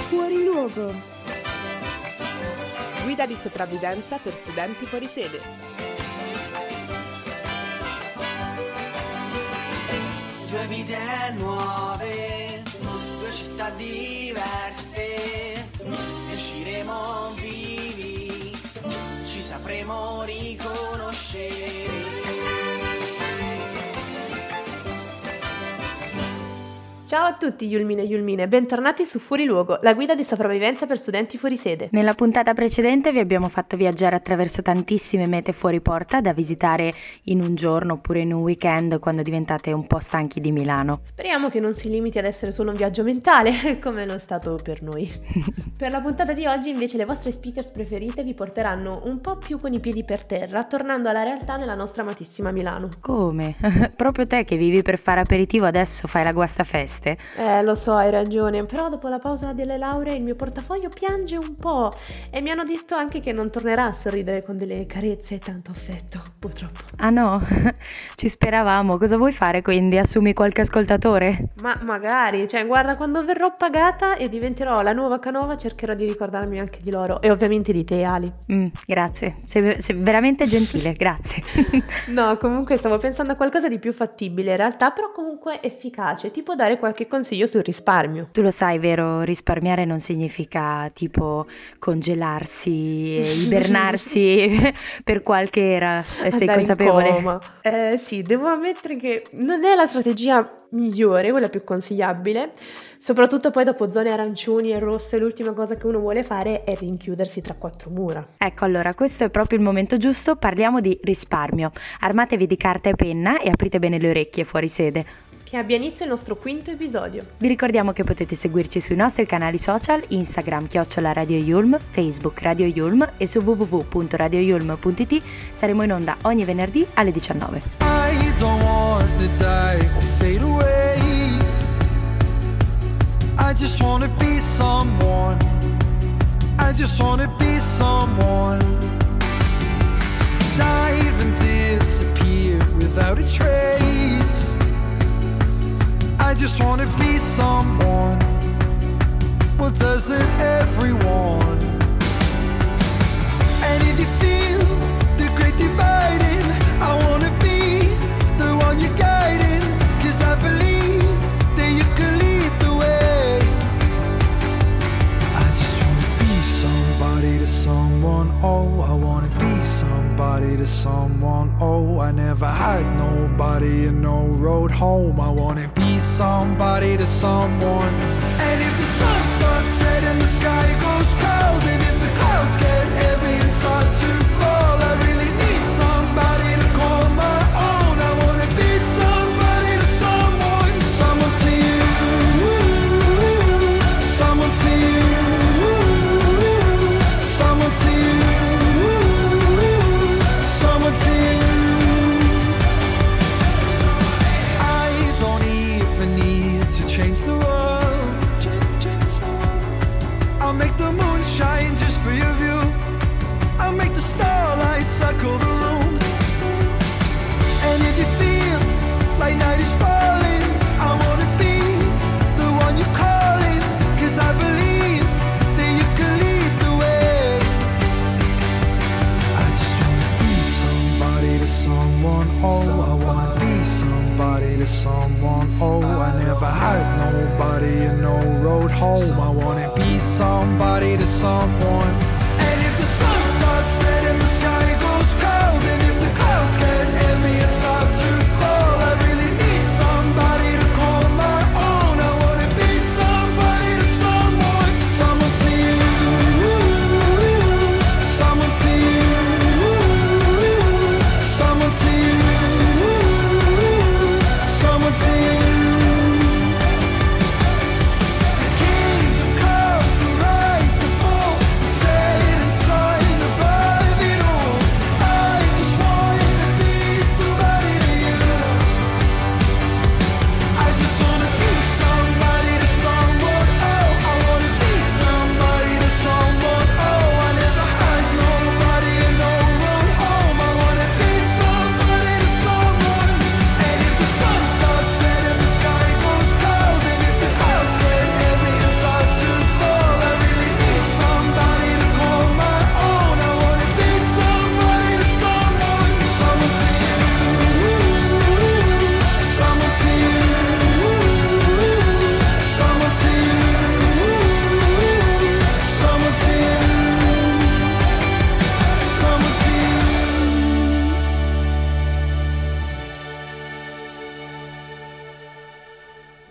Fuori luogo. Guida di sopravvivenza per studenti fuori sede. Due vite nuove, due città diverse, usciremo vivi, ci sapremo riconoscere. Ciao a tutti Yulmine e Yulmine, bentornati su Fuori Luogo, la guida di sopravvivenza per studenti fuori sede. Nella puntata precedente vi abbiamo fatto viaggiare attraverso tantissime mete fuori porta da visitare in un giorno oppure in un weekend quando diventate un po' stanchi di Milano. Speriamo che non si limiti ad essere solo un viaggio mentale, come lo è stato per noi. Per la puntata di oggi invece le vostre speakers preferite vi porteranno un po' più con i piedi per terra, tornando alla realtà nella nostra amatissima Milano. Come? Proprio te che vivi per fare aperitivo adesso fai la guastafeste? Lo so, hai ragione, però dopo la pausa delle lauree il mio portafoglio piange un po' e mi hanno detto anche che non tornerà a sorridere con delle carezze e tanto affetto, purtroppo. Ah no? Ci speravamo. Cosa vuoi fare quindi? Assumi qualche ascoltatore? Ma magari, guarda, quando verrò pagata e diventerò la nuova Canova cercherò di ricordarmi anche di loro e ovviamente di te, Ali. Grazie, sei veramente gentile, grazie. No, comunque stavo pensando a qualcosa di più fattibile in realtà, però comunque efficace, tipo dare qualche consiglio sul risparmio. Tu lo sai, vero? Risparmiare non significa tipo congelarsi e ibernarsi per qualche era. Sei consapevole? Sì, devo ammettere che non è la strategia migliore, quella più consigliabile. Soprattutto poi dopo zone arancioni e rosse, l'ultima cosa che uno vuole fare è rinchiudersi tra quattro mura. Ecco, allora, questo è proprio il momento giusto, parliamo di risparmio. Armatevi di carta e penna e aprite bene le orecchie fuori sede. Che abbia inizio il nostro quinto episodio. Vi ricordiamo che potete seguirci sui nostri canali social, Instagram @Radio Yulm, Facebook Radio Yulm e su www.radioyulm.it. Saremo in onda ogni venerdì alle 19. I don't want to die or fade away. I just want to be someone. I just want to be someone. Dive and disappear without a trace. I just want to be someone. Well, doesn't everyone? And if you feel the great dividing, I want to be the one you're guiding. 'Cause I believe that you can lead the way. I just want to be somebody to someone. Oh, I want to be somebody to someone. Oh, I never had nobody and no road home. I want to be somebody to someone. And if the sun starts setting, the sky goes cold. And if the clouds get heavy and start to fall, I really need somebody to call my own. I want to be somebody to someone. Someone to you. Someone to you. Someone to you. Someone to you. I don't even need to change the world. I'll make the moon shine just for your view. I'll make the starlight circle the room. And if you feel like night is falling, I wanna be the one you're calling. 'Cause I believe that you can lead the way. I just wanna be somebody to someone. Oh, I wanna be somebody to someone. Oh, I never had nobody and no road home. I wanna be somebody to someone. And if the sun starts setting, the sky goes cold. And if the clouds get heavy and start to fall, I really need somebody to call my own. I wanna be somebody to someone. Someone to you. Someone to you. Someone to you. Someone to you. The kingdom come, the rise, the fall, the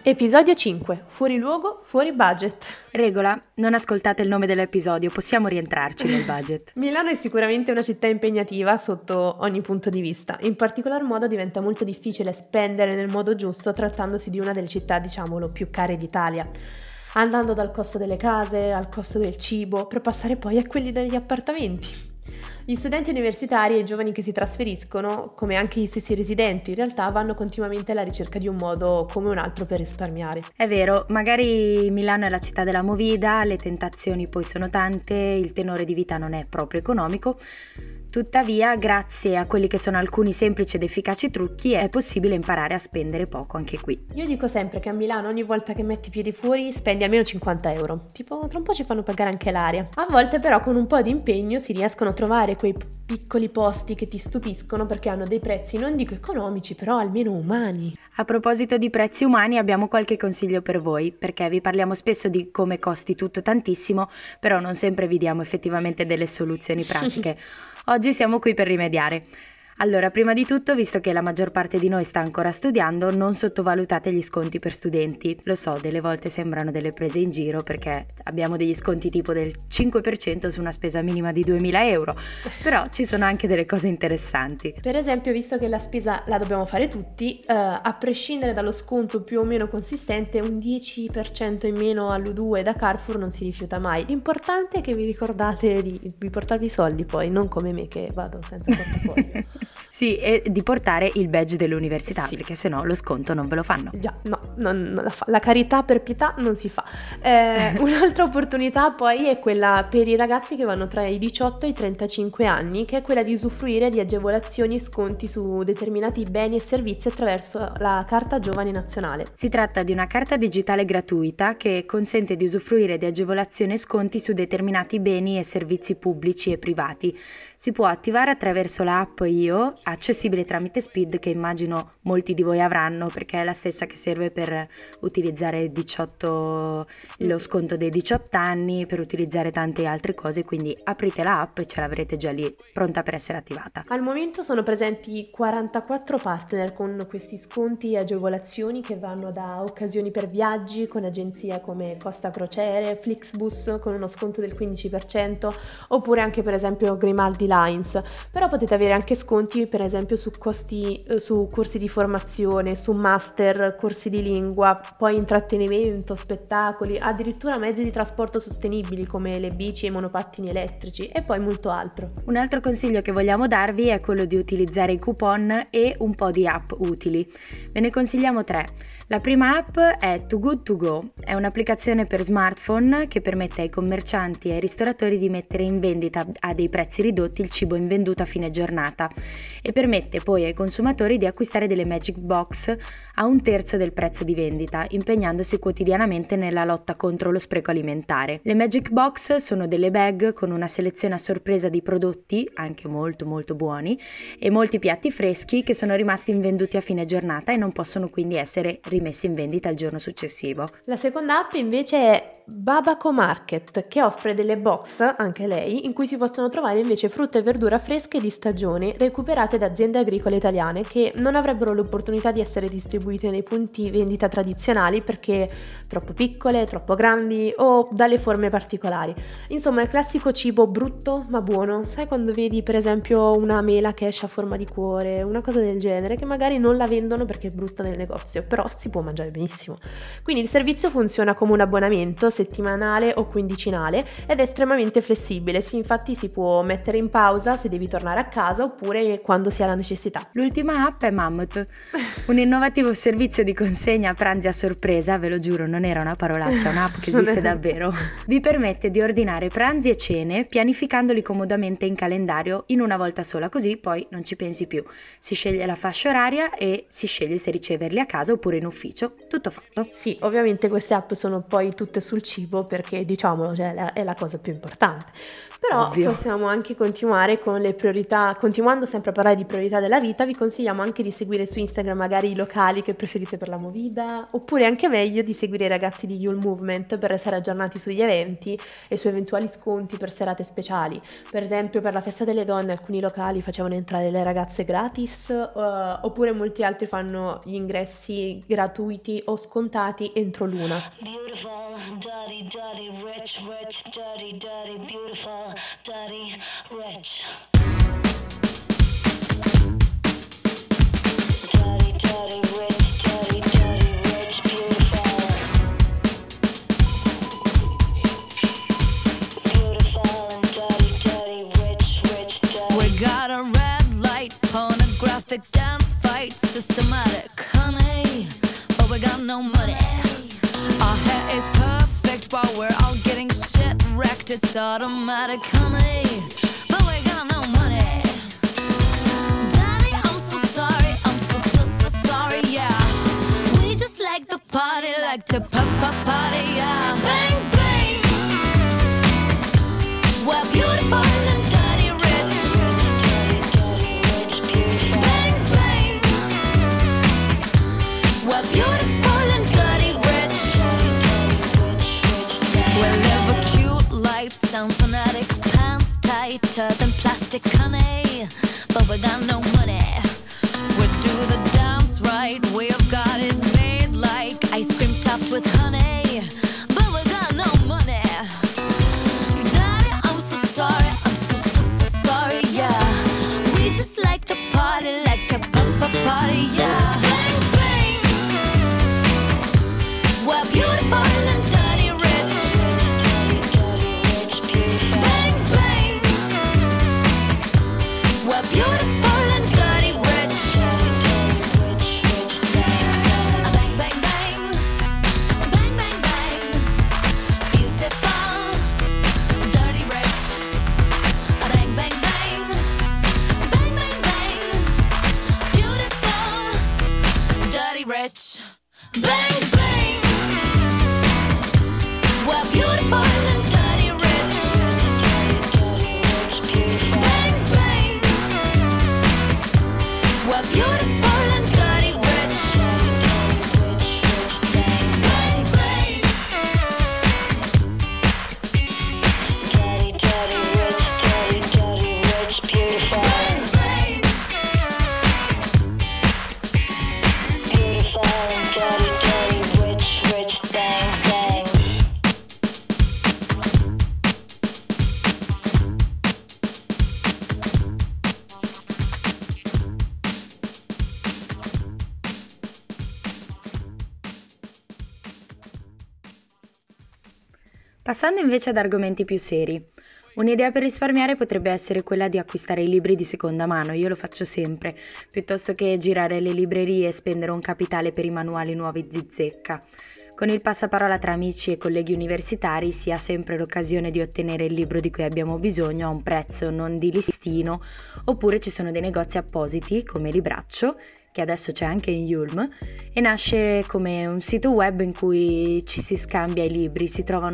Episodio 5. Fuori luogo, fuori budget. Regola, non ascoltate il nome dell'episodio, possiamo rientrarci nel budget. Milano è sicuramente una città impegnativa sotto ogni punto di vista. In particolar modo diventa molto difficile spendere nel modo giusto trattandosi di una delle città, diciamolo, più care d'Italia. Andando dal costo delle case al costo del cibo, per passare poi a quelli degli appartamenti. Gli studenti universitari e i giovani che si trasferiscono, come anche gli stessi residenti, in realtà vanno continuamente alla ricerca di un modo come un altro per risparmiare. È vero, magari Milano è la città della movida, le tentazioni poi sono tante, il tenore di vita non è proprio economico. Tuttavia, grazie a quelli che sono alcuni semplici ed efficaci trucchi, è possibile imparare a spendere poco anche qui. Io dico sempre che a Milano ogni volta che metti piedi fuori spendi almeno 50 euro. Tipo, tra un po' ci fanno pagare anche l'aria. A volte però con un po' di impegno si riescono a trovare quei piccoli posti che ti stupiscono perché hanno dei prezzi, non dico economici, però almeno umani. A proposito di prezzi umani, abbiamo qualche consiglio per voi, perché vi parliamo spesso di come costi tutto tantissimo, però non sempre vi diamo effettivamente delle soluzioni pratiche. Oggi siamo qui per rimediare. Allora, prima di tutto, visto che la maggior parte di noi sta ancora studiando, non sottovalutate gli sconti per studenti. Lo so, delle volte sembrano delle prese in giro perché abbiamo degli sconti tipo del 5% su una spesa minima di 2.000 euro, però ci sono anche delle cose interessanti. Per esempio, visto che la spesa la dobbiamo fare tutti, a prescindere dallo sconto più o meno consistente, un 10% in meno all'U2 da Carrefour non si rifiuta mai. L'importante è che vi ricordate di portarvi i soldi poi, non come me che vado senza portafoglio. Sì, e di portare il badge dell'università, sì, perché sennò lo sconto non ve lo fanno. Già, no, la carità per pietà non si fa. Un'altra opportunità poi è quella per i ragazzi che vanno tra i 18 e i 35 anni, che è quella di usufruire di agevolazioni e sconti su determinati beni e servizi attraverso la Carta Giovani Nazionale. Si tratta di una carta digitale gratuita che consente di usufruire di agevolazioni e sconti su determinati beni e servizi pubblici e privati. Si può attivare attraverso la app Io, accessibile tramite Speed, che immagino molti di voi avranno perché è la stessa che serve per utilizzare lo sconto dei 18 anni, per utilizzare tante altre cose, quindi aprite la app e ce l'avrete già lì pronta per essere attivata. Al momento sono presenti 44 partner con questi sconti e agevolazioni che vanno da occasioni per viaggi con agenzie come Costa Crociere, Flixbus con uno sconto del 15%, oppure anche per esempio Grimaldi Lines, però potete avere anche sconti per esempio su corsi di formazione, su master, corsi di lingua, poi intrattenimento, spettacoli, addirittura mezzi di trasporto sostenibili come le bici e i monopattini elettrici e poi molto altro. Un altro consiglio che vogliamo darvi è quello di utilizzare i coupon e un po' di app utili. Ve ne consigliamo 3. La prima app è Too Good To Go, è un'applicazione per smartphone che permette ai commercianti e ai ristoratori di mettere in vendita a dei prezzi ridotti il cibo invenduto a fine giornata e permette poi ai consumatori di acquistare delle Magic Box a 1/3 del prezzo di vendita, impegnandosi quotidianamente nella lotta contro lo spreco alimentare. Le Magic Box sono delle bag con una selezione a sorpresa di prodotti, anche molto molto buoni, e molti piatti freschi che sono rimasti invenduti a fine giornata e non possono quindi essere rimessi in vendita il giorno successivo. La seconda app invece è Babaco Market, che offre delle box, anche lei, in cui si possono trovare invece frutta e verdura fresche di stagione recuperate da aziende agricole italiane che non avrebbero l'opportunità di essere distribuite nei punti vendita tradizionali perché troppo piccole, troppo grandi o dalle forme particolari. Insomma, il classico cibo brutto ma buono. Sai quando vedi per esempio una mela che esce a forma di cuore, una cosa del genere, che magari non la vendono perché è brutta nel negozio, però si può mangiare benissimo. Quindi il servizio funziona come un abbonamento settimanale o quindicinale ed è estremamente flessibile. Infatti si può mettere in pausa se devi tornare a casa oppure quando si ha la necessità. L'ultima app è Mammoth, un innovativo servizio di consegna a pranzi a sorpresa, ve lo giuro, non era una parolaccia, è un'app che esiste davvero. Vi permette di ordinare pranzi e cene pianificandoli comodamente in calendario in una volta sola, così poi non ci pensi più. Si sceglie la fascia oraria e si sceglie se riceverli a casa oppure in ufficio, tutto fatto. Sì, ovviamente queste app sono poi tutte sul cibo perché diciamolo, cioè, è la cosa più importante. Però Ovvio. possiamo anche continuare con le priorità, continuando sempre a parlare di priorità della vita, vi consigliamo anche di seguire su Instagram magari i locali che preferite per la movida, oppure anche meglio di seguire i ragazzi di Yule Movement per essere aggiornati sugli eventi e su eventuali sconti per serate speciali. Per esempio per la festa delle donne alcuni locali facevano entrare le ragazze gratis, oppure molti altri fanno gli ingressi gratuiti o scontati entro l'una. Beautiful, dirty, dirty, rich, rich, dirty, dirty, beautiful, dirty, rich. Dirty, dirty, rich, dirty, dirty, rich, beautiful. Beautiful and dirty, dirty, rich, rich, dirty. We got a red light, pornographic dance fight, systematic, honey, but we got no money. Our hair is perfect while we're all getting shit wrecked. It's automatic, honey, but we got no money. Daddy, I'm so sorry, I'm so sorry, yeah. We just like the party, like to party, yeah. Bang, bang. We're beautiful and dirty rich. Bang, bang. We're beautiful and dirty rich. We live a cute life, sound fanatic, pants tighter than plastic, honey, but we got no money. We do the dance right, we've got it made like ice cream topped with honey, but we got no money. Daddy, I'm so sorry, I'm so sorry, yeah. We just like to party, yeah. Bang, bang. We're beautiful and dirty rich. Bang, bang. We're beautiful and dirty rich. Bang, bang, bang. Bang, bang, bang. Beautiful, dirty rich. Bang, bang, bang. Bang, bang, bang. Beautiful, dirty rich. Bang, bang. We're beautiful and dirty rich. Bang, bang. We're beautiful and dirty rich. Bang, bang. Dirty, dirty, rich, dirty, dirty, rich, beautiful. Bang, bang. Beautiful and dirty, dirty, rich, rich, bang, bang. Passando invece ad argomenti più seri. Un'idea per risparmiare potrebbe essere quella di acquistare i libri di seconda mano, io lo faccio sempre, piuttosto che girare le librerie e spendere un capitale per i manuali nuovi di zecca. Con il passaparola tra amici e colleghi universitari si ha sempre l'occasione di ottenere il libro di cui abbiamo bisogno a un prezzo non di listino, oppure ci sono dei negozi appositi come Libraccio, che adesso c'è anche in Yulm, e nasce come un sito web in cui ci si scambia i libri, si trova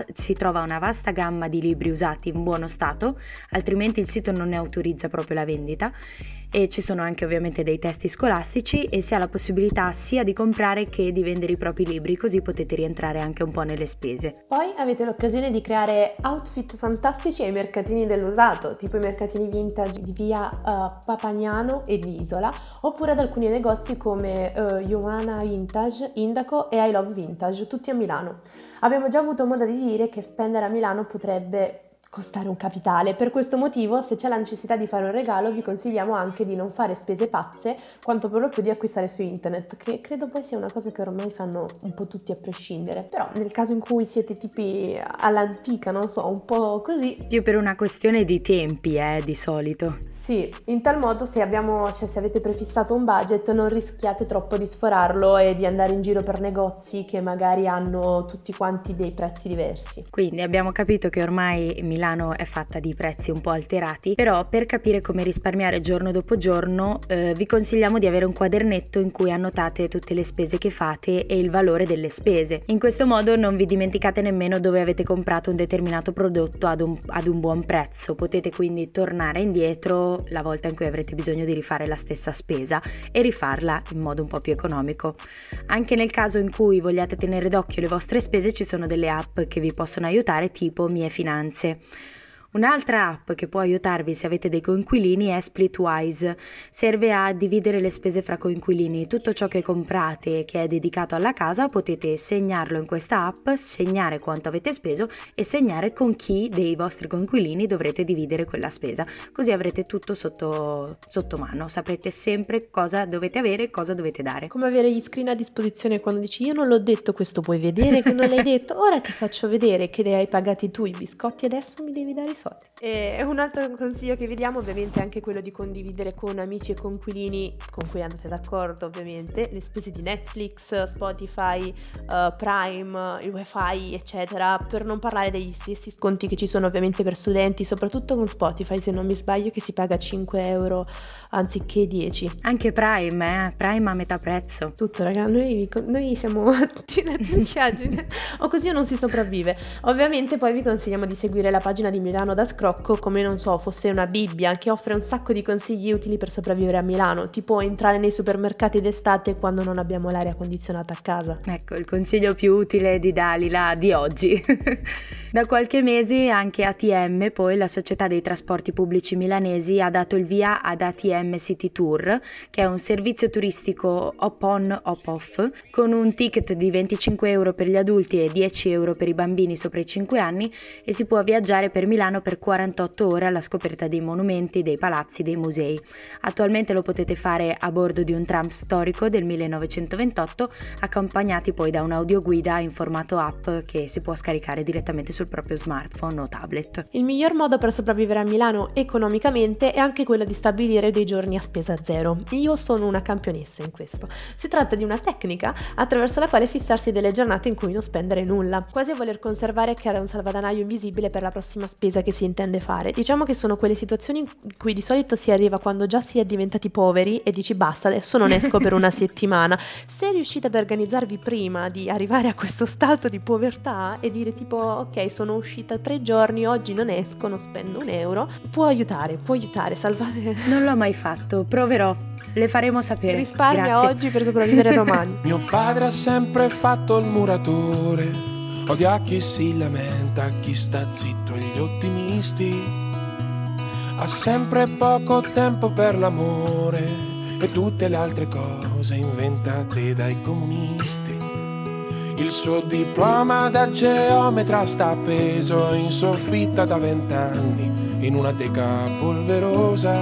una vasta gamma di libri usati in buono stato, altrimenti il sito non ne autorizza proprio la vendita, e ci sono anche ovviamente dei testi scolastici e si ha la possibilità sia di comprare che di vendere i propri libri, così potete rientrare anche un po' nelle spese. Poi avete l'occasione di creare outfit fantastici ai mercatini dell'usato, tipo i mercatini vintage di via Papagnano e di Isola, oppure ad alcuni negozi come Johanna Vintage, Indaco e I Love Vintage, tutti a Milano. Abbiamo già avuto modo di dire che spendere a Milano potrebbe costare un capitale. Per questo motivo, se c'è la necessità di fare un regalo, vi consigliamo anche di non fare spese pazze, quanto per lo più di acquistare su internet, che credo poi sia una cosa che ormai fanno un po' tutti a prescindere. Però nel caso in cui siete tipi all'antica, non so, un po' così, Più per una questione di tempi, di solito. sì, in tal modo se avete prefissato un budget non rischiate troppo di sforarlo e di andare in giro per negozi che magari hanno tutti quanti dei prezzi diversi. Quindi abbiamo capito che ormai Milano è fatta di prezzi un po' alterati, però per capire come risparmiare giorno dopo giorno vi consigliamo di avere un quadernetto in cui annotate tutte le spese che fate e il valore delle spese. In questo modo non vi dimenticate nemmeno dove avete comprato un determinato prodotto ad un buon prezzo, potete quindi tornare indietro la volta in cui avrete bisogno di rifare la stessa spesa e rifarla in modo un po' più economico. Anche nel caso in cui vogliate tenere d'occhio le vostre spese ci sono delle app che vi possono aiutare, tipo Mie Finanze. Un'altra app che può aiutarvi se avete dei coinquilini è Splitwise. Serve a dividere le spese fra coinquilini. Tutto ciò che comprate e che è dedicato alla casa potete segnarlo in questa app, segnare quanto avete speso e segnare con chi dei vostri coinquilini dovrete dividere quella spesa. Così avrete tutto sotto mano, saprete sempre cosa dovete avere e cosa dovete dare. Come avere gli screen a disposizione quando dici io non l'ho detto, questo puoi vedere che non l'hai detto, ora ti faccio vedere che li hai pagati tu i biscotti, adesso mi devi dare i soldi. E un altro consiglio che vi diamo ovviamente è anche quello di condividere con amici e coinquilini con cui andate d'accordo ovviamente le spese di Netflix, Spotify, Prime, il wifi eccetera, per non parlare degli stessi sconti che ci sono ovviamente per studenti, soprattutto con Spotify se non mi sbaglio che si paga 5 euro anziché 10. Anche Prime a metà prezzo. Tutto raga, noi siamo tinacchiaggine o così non si sopravvive. Ovviamente poi vi consigliamo di seguire la pagina di Milano da Scrocco come non so fosse una Bibbia, che offre un sacco di consigli utili per sopravvivere a Milano, tipo entrare nei supermercati d'estate quando non abbiamo l'aria condizionata a casa. Ecco il consiglio più utile di Dalila di oggi. Da qualche mese anche ATM, poi la società dei trasporti pubblici milanesi, ha dato il via ad ATM City Tour, che è un servizio turistico hop-on hop-off con un ticket di 25 euro per gli adulti e 10 euro per i bambini sopra i 5 anni, e si può viaggiare per Milano per 48 ore alla scoperta dei monumenti, dei palazzi, dei musei. Attualmente lo potete fare a bordo di un tram storico del 1928, accompagnati poi da un'audioguida in formato app che si può scaricare direttamente sul proprio smartphone o tablet. Il miglior modo per sopravvivere a Milano economicamente è anche quello di stabilire dei giorni a spesa zero. Io sono una campionessa in questo. Si tratta di una tecnica attraverso la quale fissarsi delle giornate in cui non spendere nulla, quasi a voler conservare e creare un salvadanaio invisibile per la prossima spesa che si intende fare. Diciamo che sono quelle situazioni in cui di solito si arriva quando già si è diventati poveri e dici basta, adesso non esco per una settimana. Se riuscite ad organizzarvi prima di arrivare a questo stato di povertà e dire tipo ok, sono uscita 3 giorni, oggi non esco, non spendo un euro, può aiutare, salvate. Non l'ho mai fatto, proverò, le faremo sapere. Risparmia Grazie. oggi per sopravvivere domani. Mio padre ha sempre fatto il muratore, odia chi si lamenta, chi sta zitto e gli ottimisti. Ha sempre poco tempo per l'amore e tutte le altre cose inventate dai comunisti. Il suo diploma da geometra sta appeso in soffitta da 20 anni in una teca polverosa.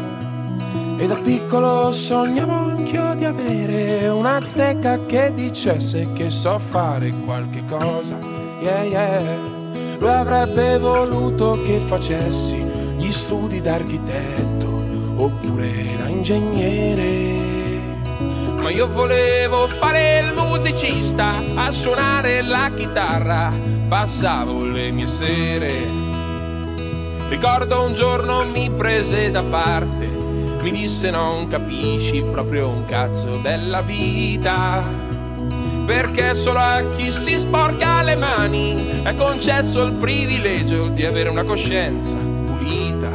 E da piccolo sognavo anch'io di avere una teca che dicesse che so fare qualche cosa. Yeah, yeah. Lui avrebbe voluto che facessi gli studi d'architetto oppure da ingegnere. Ma io volevo fare il musicista, a suonare la chitarra passavo le mie sere. Ricordo un giorno mi prese da parte, mi disse non capisci proprio un cazzo della vita, perché solo a chi si sporca le mani è concesso il privilegio di avere una coscienza pulita.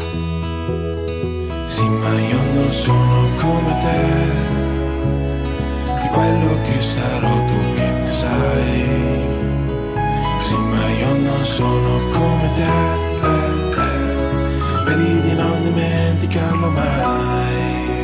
Sì, ma io non sono come te, quello che sarò tu che ne sai. Sì, ma io non sono come te, vedi di non dimenticarlo mai.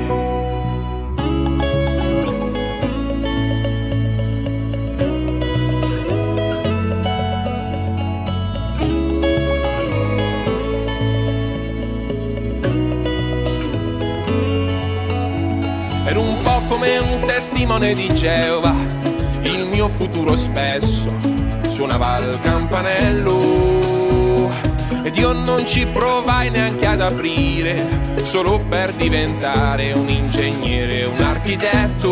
Ero un po' come un testimone di Geova, il mio futuro spesso suonava il campanello ed io non ci provai neanche ad aprire, solo per diventare un ingegnere, un architetto.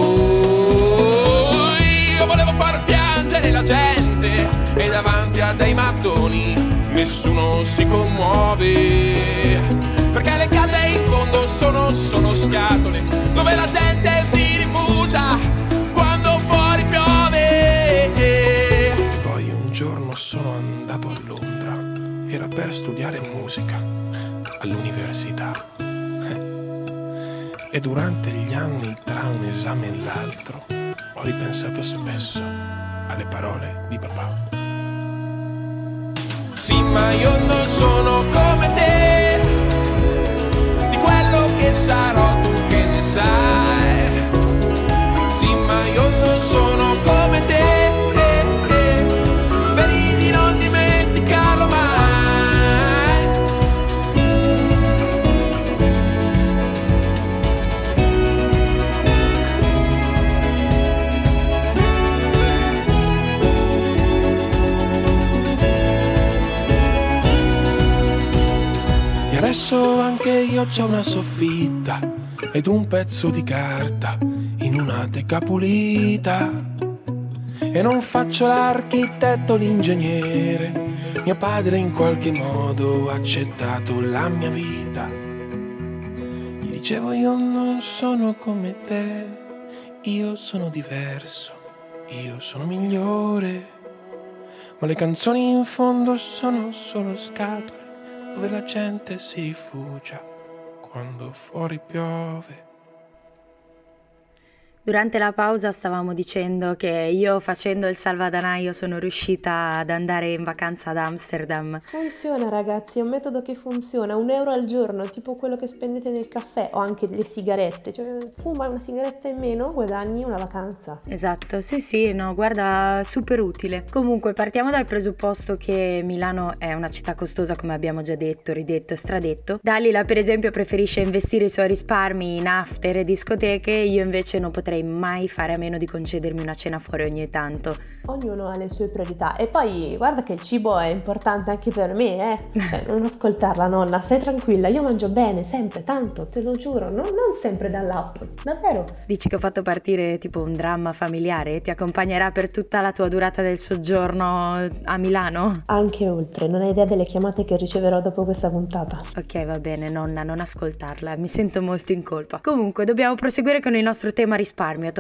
Io volevo far piangere la gente e davanti a dei mattoni nessuno si commuove, perché le case in fondo sono scatole dove la gente si rifugia quando fuori piove. E poi un giorno sono andato a Londra, era per studiare musica all'università. E durante gli anni, tra un esame e l'altro, ho ripensato spesso alle parole di papà. Sì, ma io non sono come te, di quello che sarò tu che ne sai. Sì, ma io non sono come te, vedi di non dimenticarlo mai. E adesso anche io c'ho una soffitta ed un pezzo di carta in una teca pulita. E non faccio l'architetto, l'ingegnere. Mio padre in qualche modo ha accettato la mia vita. Gli dicevo io non sono come te, io sono diverso, io sono migliore. Ma le canzoni in fondo sono solo scatole dove la gente si rifugia quando fuori piove. Durante la pausa stavamo dicendo che io facendo il salvadanaio sono riuscita ad andare in vacanza ad Amsterdam. Funziona ragazzi, è un metodo che funziona, €1 al giorno, tipo quello che spendete nel caffè o anche le sigarette, cioè fuma una sigaretta in meno, guadagni una vacanza. Esatto, sì, no, guarda, super utile. Comunque partiamo dal presupposto che Milano è una città costosa, come abbiamo già detto, ridetto e stradetto. Dalila per esempio preferisce investire i suoi risparmi in after e discoteche, io invece non potrei mai fare a meno di concedermi una cena fuori ogni tanto. Ognuno ha le sue priorità e poi guarda che il cibo è importante anche per me, non ascoltarla nonna, stai tranquilla, io mangio bene, sempre, tanto, te lo giuro, non sempre dall'app, davvero. Dici che ho fatto partire tipo un dramma familiare? Ti accompagnerà per tutta la tua durata del soggiorno a Milano? Anche oltre, non hai idea delle chiamate che riceverò dopo questa puntata. Ok, va bene, nonna, non ascoltarla, mi sento molto in colpa. Comunque, dobbiamo proseguire con il nostro tema risparmio,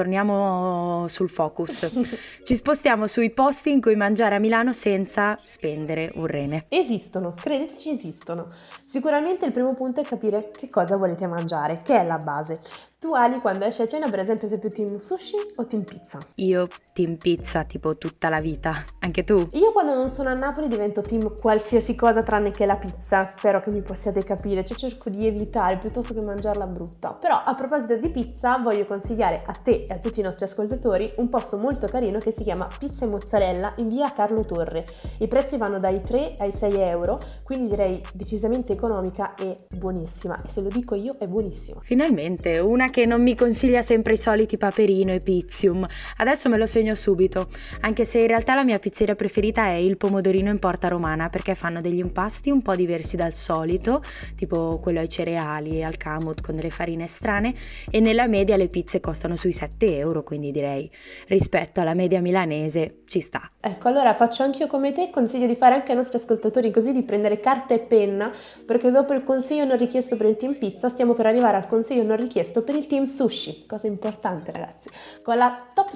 torniamo sul focus. Ci spostiamo sui posti in cui mangiare a Milano senza spendere un rene. Esistono, credeteci, esistono. Sicuramente il primo punto è capire che cosa volete mangiare, che è la base. Tu Ali, quando esci a cena, per esempio, sei più team sushi o team pizza? Io team pizza tipo tutta la vita, anche tu? Io quando non sono a Napoli divento team qualsiasi cosa tranne che la pizza, spero che mi possiate capire, cioè cerco di evitare piuttosto che mangiarla brutta. Però a proposito di pizza voglio consigliare a te e a tutti i nostri ascoltatori un posto molto carino che si chiama Pizza e Mozzarella in via Carlo Torre. I prezzi vanno dai 3 ai 6 euro, quindi direi decisamente economica e buonissima, e se lo dico io è buonissima. Finalmente una che non mi consiglia sempre i soliti Paperino e Pizzium. Adesso me lo segno subito, anche se in realtà la mia pizzeria preferita è il Pomodorino in Porta Romana, perché fanno degli impasti un po' diversi dal solito, tipo quello ai cereali e al kamut con delle farine strane, e nella media le pizze costano sui 7 euro, quindi direi rispetto alla media milanese ci sta. Ecco, allora faccio anch'io come te, consiglio di fare anche ai nostri ascoltatori così, di prendere carta e penna, perché dopo il consiglio non richiesto per il team pizza stiamo per arrivare al consiglio non richiesto per il team sushi, cosa importante ragazzi, con la top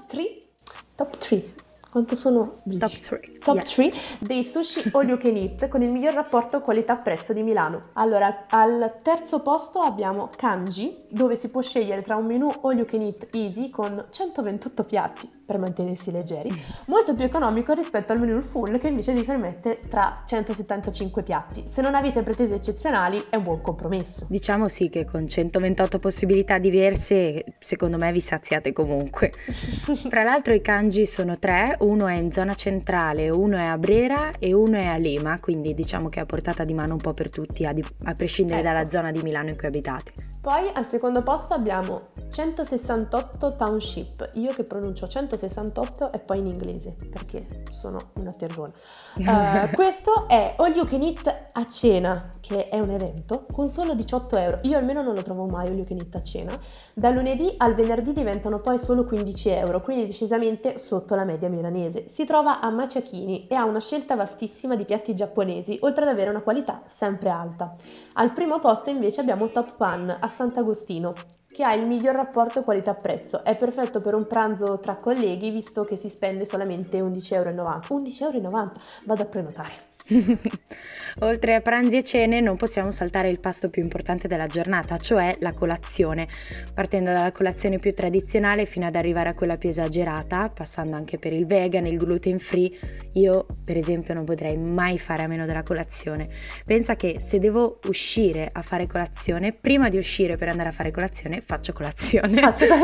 3, quanto sono? Top 3 dei sushi all you can eat con il miglior rapporto qualità-prezzo di Milano. Allora, al terzo posto abbiamo Kanji, dove si può scegliere tra un menù all you can eat easy con 128 piatti per mantenersi leggeri, molto più economico rispetto al menù full che invece vi permette tra 175 piatti. Se non avete pretese eccezionali è un buon compromesso. Diciamo sì che con 128 possibilità diverse secondo me vi saziate comunque. Tra l'altro i kanji sono 3, uno è in zona centrale, uno è a Brera e uno è a Lima, quindi diciamo che è a portata di mano un po' per tutti, a prescindere dalla zona di Milano in cui abitate. Poi al secondo posto abbiamo 168 Township, io che pronuncio 168 e poi in inglese perché sono una terrona. Questo è all you can eat a cena, che è un evento con solo 18 euro. Io almeno non lo trovo mai all you can eat a cena. Da lunedì al venerdì diventano poi solo 15 euro, quindi decisamente sotto la media milanese. Si trova a Maciachini e ha una scelta vastissima di piatti giapponesi, oltre ad avere una qualità sempre alta. Al primo posto invece abbiamo Top Pan a Sant'Agostino, che ha il miglior rapporto qualità-prezzo. È perfetto per un pranzo tra colleghi, visto che si spende solamente 11,90 euro. 11,90 euro, vado a prenotare. Oltre a pranzi e cene non possiamo saltare il pasto più importante della giornata, cioè la colazione, partendo dalla colazione più tradizionale fino ad arrivare a quella più esagerata, passando anche per il vegan, il gluten free. Io per esempio non potrei mai fare a meno della colazione. Pensa che se devo uscire a fare colazione, prima di uscire per andare a fare colazione faccio colazione.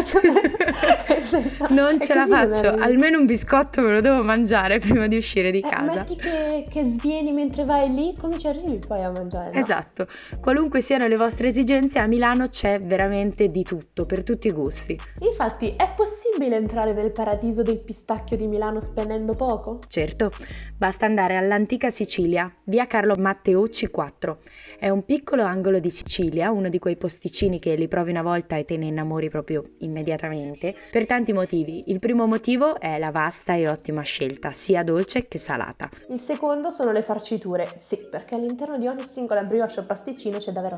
Non ce la faccio, almeno un biscotto me lo devo mangiare prima di uscire di casa. Metti che svieni mentre vai lì, come ci arrivi poi a mangiare? No? Esatto, qualunque siano le vostre esigenze, a Milano c'è veramente di tutto, per tutti i gusti. Infatti, è possibile entrare nel paradiso del pistacchio di Milano spendendo poco? Certo, basta andare all'antica Sicilia, via Carlo Matteucci 4. È un piccolo angolo di Sicilia, uno di quei posticini che li provi una volta e te ne innamori proprio immediatamente, per tanti motivi. Il primo motivo è la vasta e ottima scelta, sia dolce che salata. Il secondo sono le farciture, sì, perché all'interno di ogni singola brioche o pasticcino c'è davvero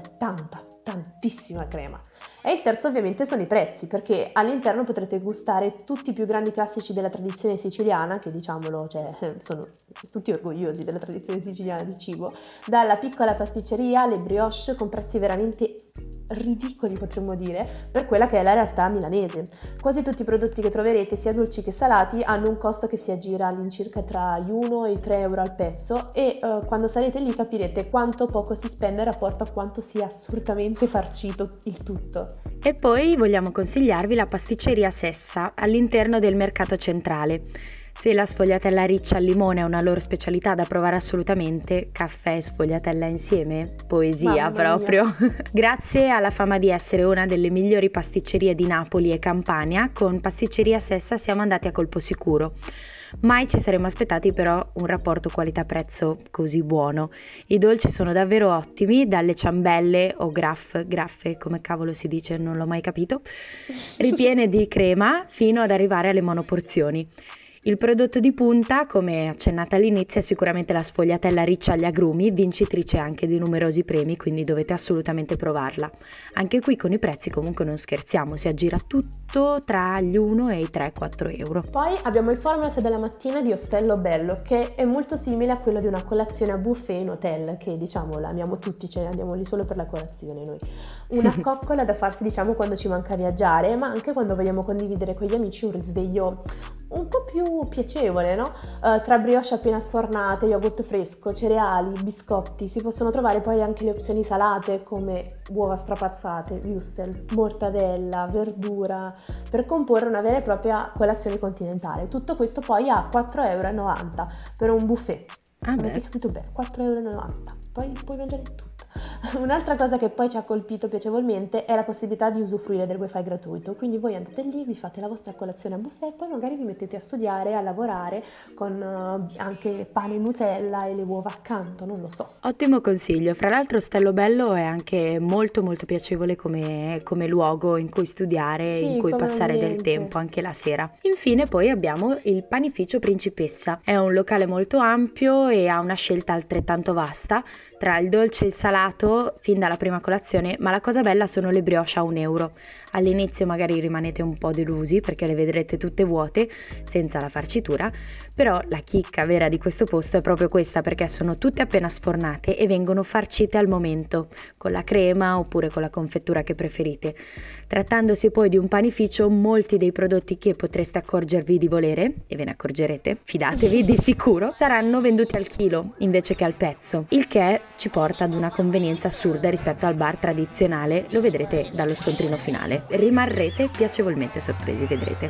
tantissima crema. E il terzo ovviamente sono i prezzi, perché all'interno potrete gustare tutti i più grandi classici della tradizione siciliana, che diciamolo, sono tutti orgogliosi della tradizione siciliana di cibo, dalla piccola pasticceria alle brioche con prezzi veramente ridicoli, potremmo dire, per quella che è la realtà milanese. Quasi tutti i prodotti che troverete, sia dolci che salati, hanno un costo che si aggira all'incirca tra gli 1 e i 3 euro al pezzo e quando sarete lì capirete quanto poco si spende in rapporto a quanto sia assolutamente farcito il tutto. E poi vogliamo consigliarvi la pasticceria Sessa all'interno del mercato centrale. Se la sfogliatella riccia al limone è una loro specialità da provare assolutamente, caffè e sfogliatella insieme? Poesia proprio! Grazie alla fama di essere una delle migliori pasticcerie di Napoli e Campania, con Pasticceria Sessa siamo andati a colpo sicuro. Mai ci saremmo aspettati però un rapporto qualità-prezzo così buono. I dolci sono davvero ottimi, dalle ciambelle o graffe, come cavolo si dice, non l'ho mai capito, ripiene di crema fino ad arrivare alle monoporzioni. Il prodotto di punta, come accennata all'inizio, è sicuramente la sfogliatella riccia agli agrumi, vincitrice anche di numerosi premi, quindi dovete assolutamente provarla. Anche qui con i prezzi comunque non scherziamo, si aggira tutto tra gli 1 e i 3-4 euro. Poi abbiamo il format della mattina di Ostello Bello, che è molto simile a quello di una colazione a buffet in hotel, che diciamo la amiamo tutti, ce ne andiamo lì solo per la colazione noi. Una coccola da farsi diciamo quando ci manca viaggiare, ma anche quando vogliamo condividere con gli amici un risveglio un po' più piacevole, no? Tra brioche appena sfornate, yogurt fresco, cereali, biscotti, si possono trovare poi anche le opzioni salate come uova strapazzate, würstel, mortadella, verdura, per comporre una vera e propria colazione continentale. Tutto questo poi a 4,90 euro per un buffet. Avete capito bene? 4,90 euro. Poi puoi mangiare tutto. Un'altra cosa che poi ci ha colpito piacevolmente è la possibilità di usufruire del wifi gratuito, quindi voi andate lì, vi fate la vostra colazione a buffet e poi magari vi mettete a studiare, a lavorare con anche pane e Nutella e le uova accanto, non lo so. Ottimo consiglio, fra l'altro Ostello Bello è anche molto piacevole come luogo in cui studiare, sì, in cui passare ambiente. del tempo anche la sera. Infine poi abbiamo il panificio Principessa, è un locale molto ampio e ha una scelta altrettanto vasta tra il dolce e il salato fin dalla prima colazione, ma la cosa bella sono le brioche a 1 euro. All'inizio magari rimanete un po' delusi perché le vedrete tutte vuote, senza la farcitura, però la chicca vera di questo posto è proprio questa, perché sono tutte appena sfornate e vengono farcite al momento, con la crema oppure con la confettura che preferite. Trattandosi poi di un panificio, molti dei prodotti che potreste accorgervi di volere, e ve ne accorgerete, fidatevi di sicuro, saranno venduti al chilo invece che al pezzo, il che ci porta ad una convenienza assurda rispetto al bar tradizionale, lo vedrete dallo scontrino finale. Rimarrete piacevolmente sorpresi, vedrete.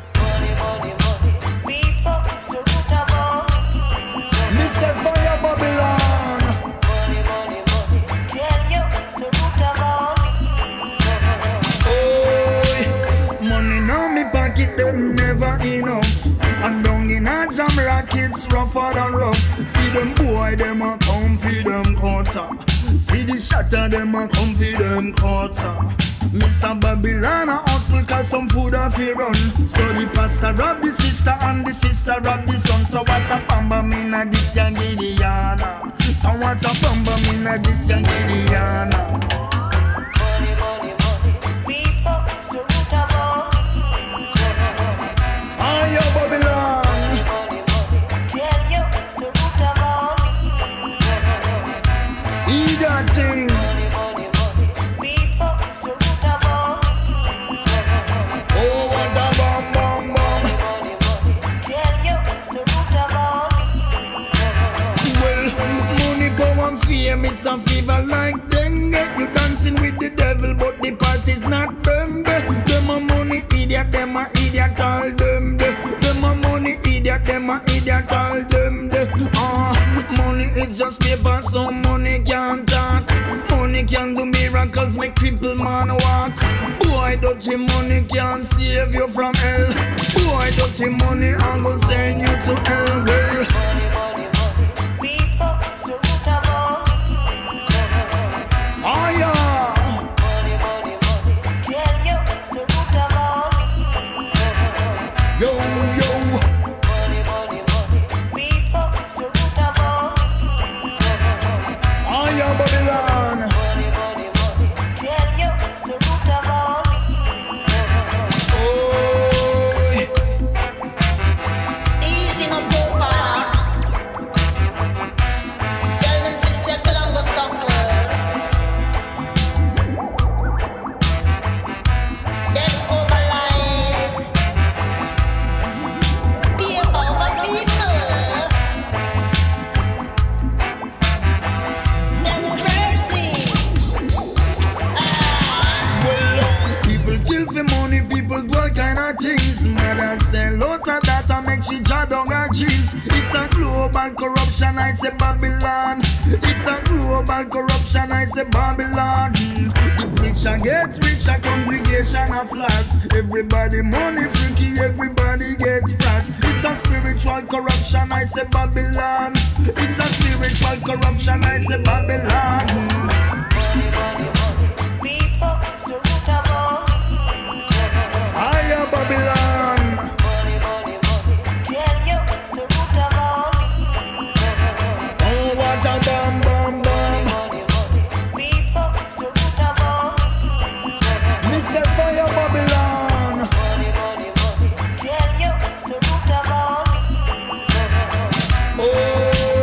Mr. Fire Babylon. Oh, money now me pocket them never enough. And down in a jam rockets rougher than rough. See them boy them a come for them quarter. See the shatter them a come for them quarter. Mr. Babylon a hustle cause some food a fi run. So the pastor rob the sister and the sister rob the son. So what's a bamba mina this young Gideana? So what's a bamba mina this young Gideana? Money, money, money. People is the root of all evil. Fire Babylon. Money, money, money. Tell you it's the root of all evil. game, it's a fever like dengue. You dancing with the devil, but the party's not bembe. Them a money idiot, them a idiot, all them de. Them a money idiot, them a idiot, all them de. Money is just paper, so money can't talk. Money can do miracles, make cripple man walk. Boy, dirty money can't save you from hell. Boy, dirty money, I'm gonna send you to hell, girl. People is the root of all evil. Fire! Tell you it's the root of all evil. Yo, yo. People is the root of all evil. Fire, Babylon. Tell you it's the root of all evil. Oh. Easy no poker. Tell them to settle and go suckle. That's over life. Be over people. Them crazy. Well, people kill for money, people do all kind of things. Mother sell lots of data, make she draw down her jeans. It's a global corruption, I say Babylon. It's a global corruption, I say Babylon. The preacher get rich, a congregation a floss. Everybody money freaky, everybody get fast. It's a spiritual corruption, I say Babylon. It's a spiritual corruption, I say Babylon. People is the root of all evil. Fire Babylon. Tell you it's the root of all evil. Oh, what a bam bam bam. People is the root of all evil. Me say fire Babylon. Tell you it's the root of all evil. Oh.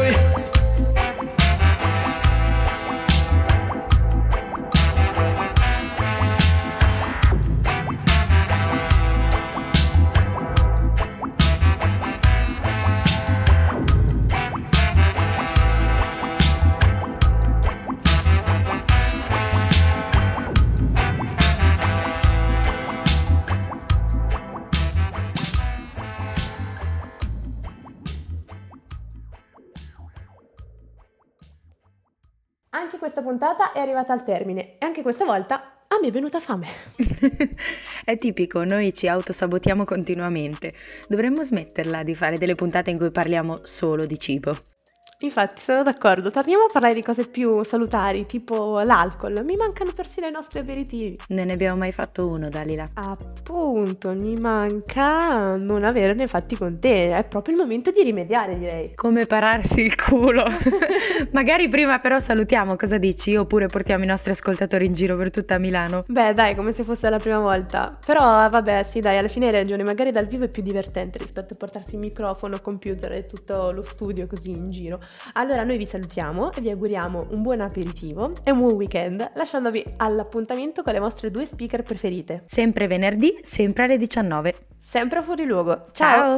Anche questa puntata è arrivata al termine e anche questa volta a me è venuta fame. È tipico, noi ci autosabotiamo continuamente. Dovremmo smetterla di fare delle puntate in cui parliamo solo di cibo. Infatti, sono d'accordo. Torniamo a parlare di cose più salutari, tipo l'alcol. Mi mancano persino i nostri aperitivi. Non ne abbiamo mai fatto uno, Dalila. Appunto, mi manca non averne fatti con te. È proprio il momento di rimediare, direi. Come pararsi il culo. Magari prima però salutiamo, cosa dici? Oppure portiamo i nostri ascoltatori in giro per tutta Milano. Beh, dai, come se fosse la prima volta. Però, vabbè, sì, dai, alla fine hai ragione. Magari dal vivo è più divertente rispetto a portarsi il microfono, computer e tutto lo studio così in giro. Allora noi vi salutiamo e vi auguriamo un buon aperitivo e un buon weekend, lasciandovi all'appuntamento con le vostre due speaker preferite. Sempre venerdì, sempre alle 19. Sempre a Fuori Luogo. Ciao!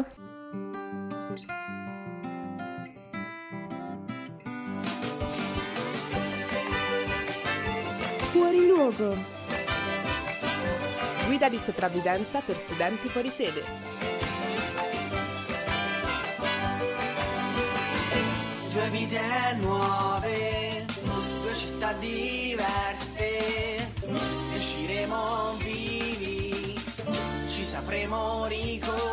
Fuori luogo. Guida di sopravvivenza per studenti fuori sede. Due vite nuove, due città diverse, ne usciremo vivi, ci sapremo ricordare.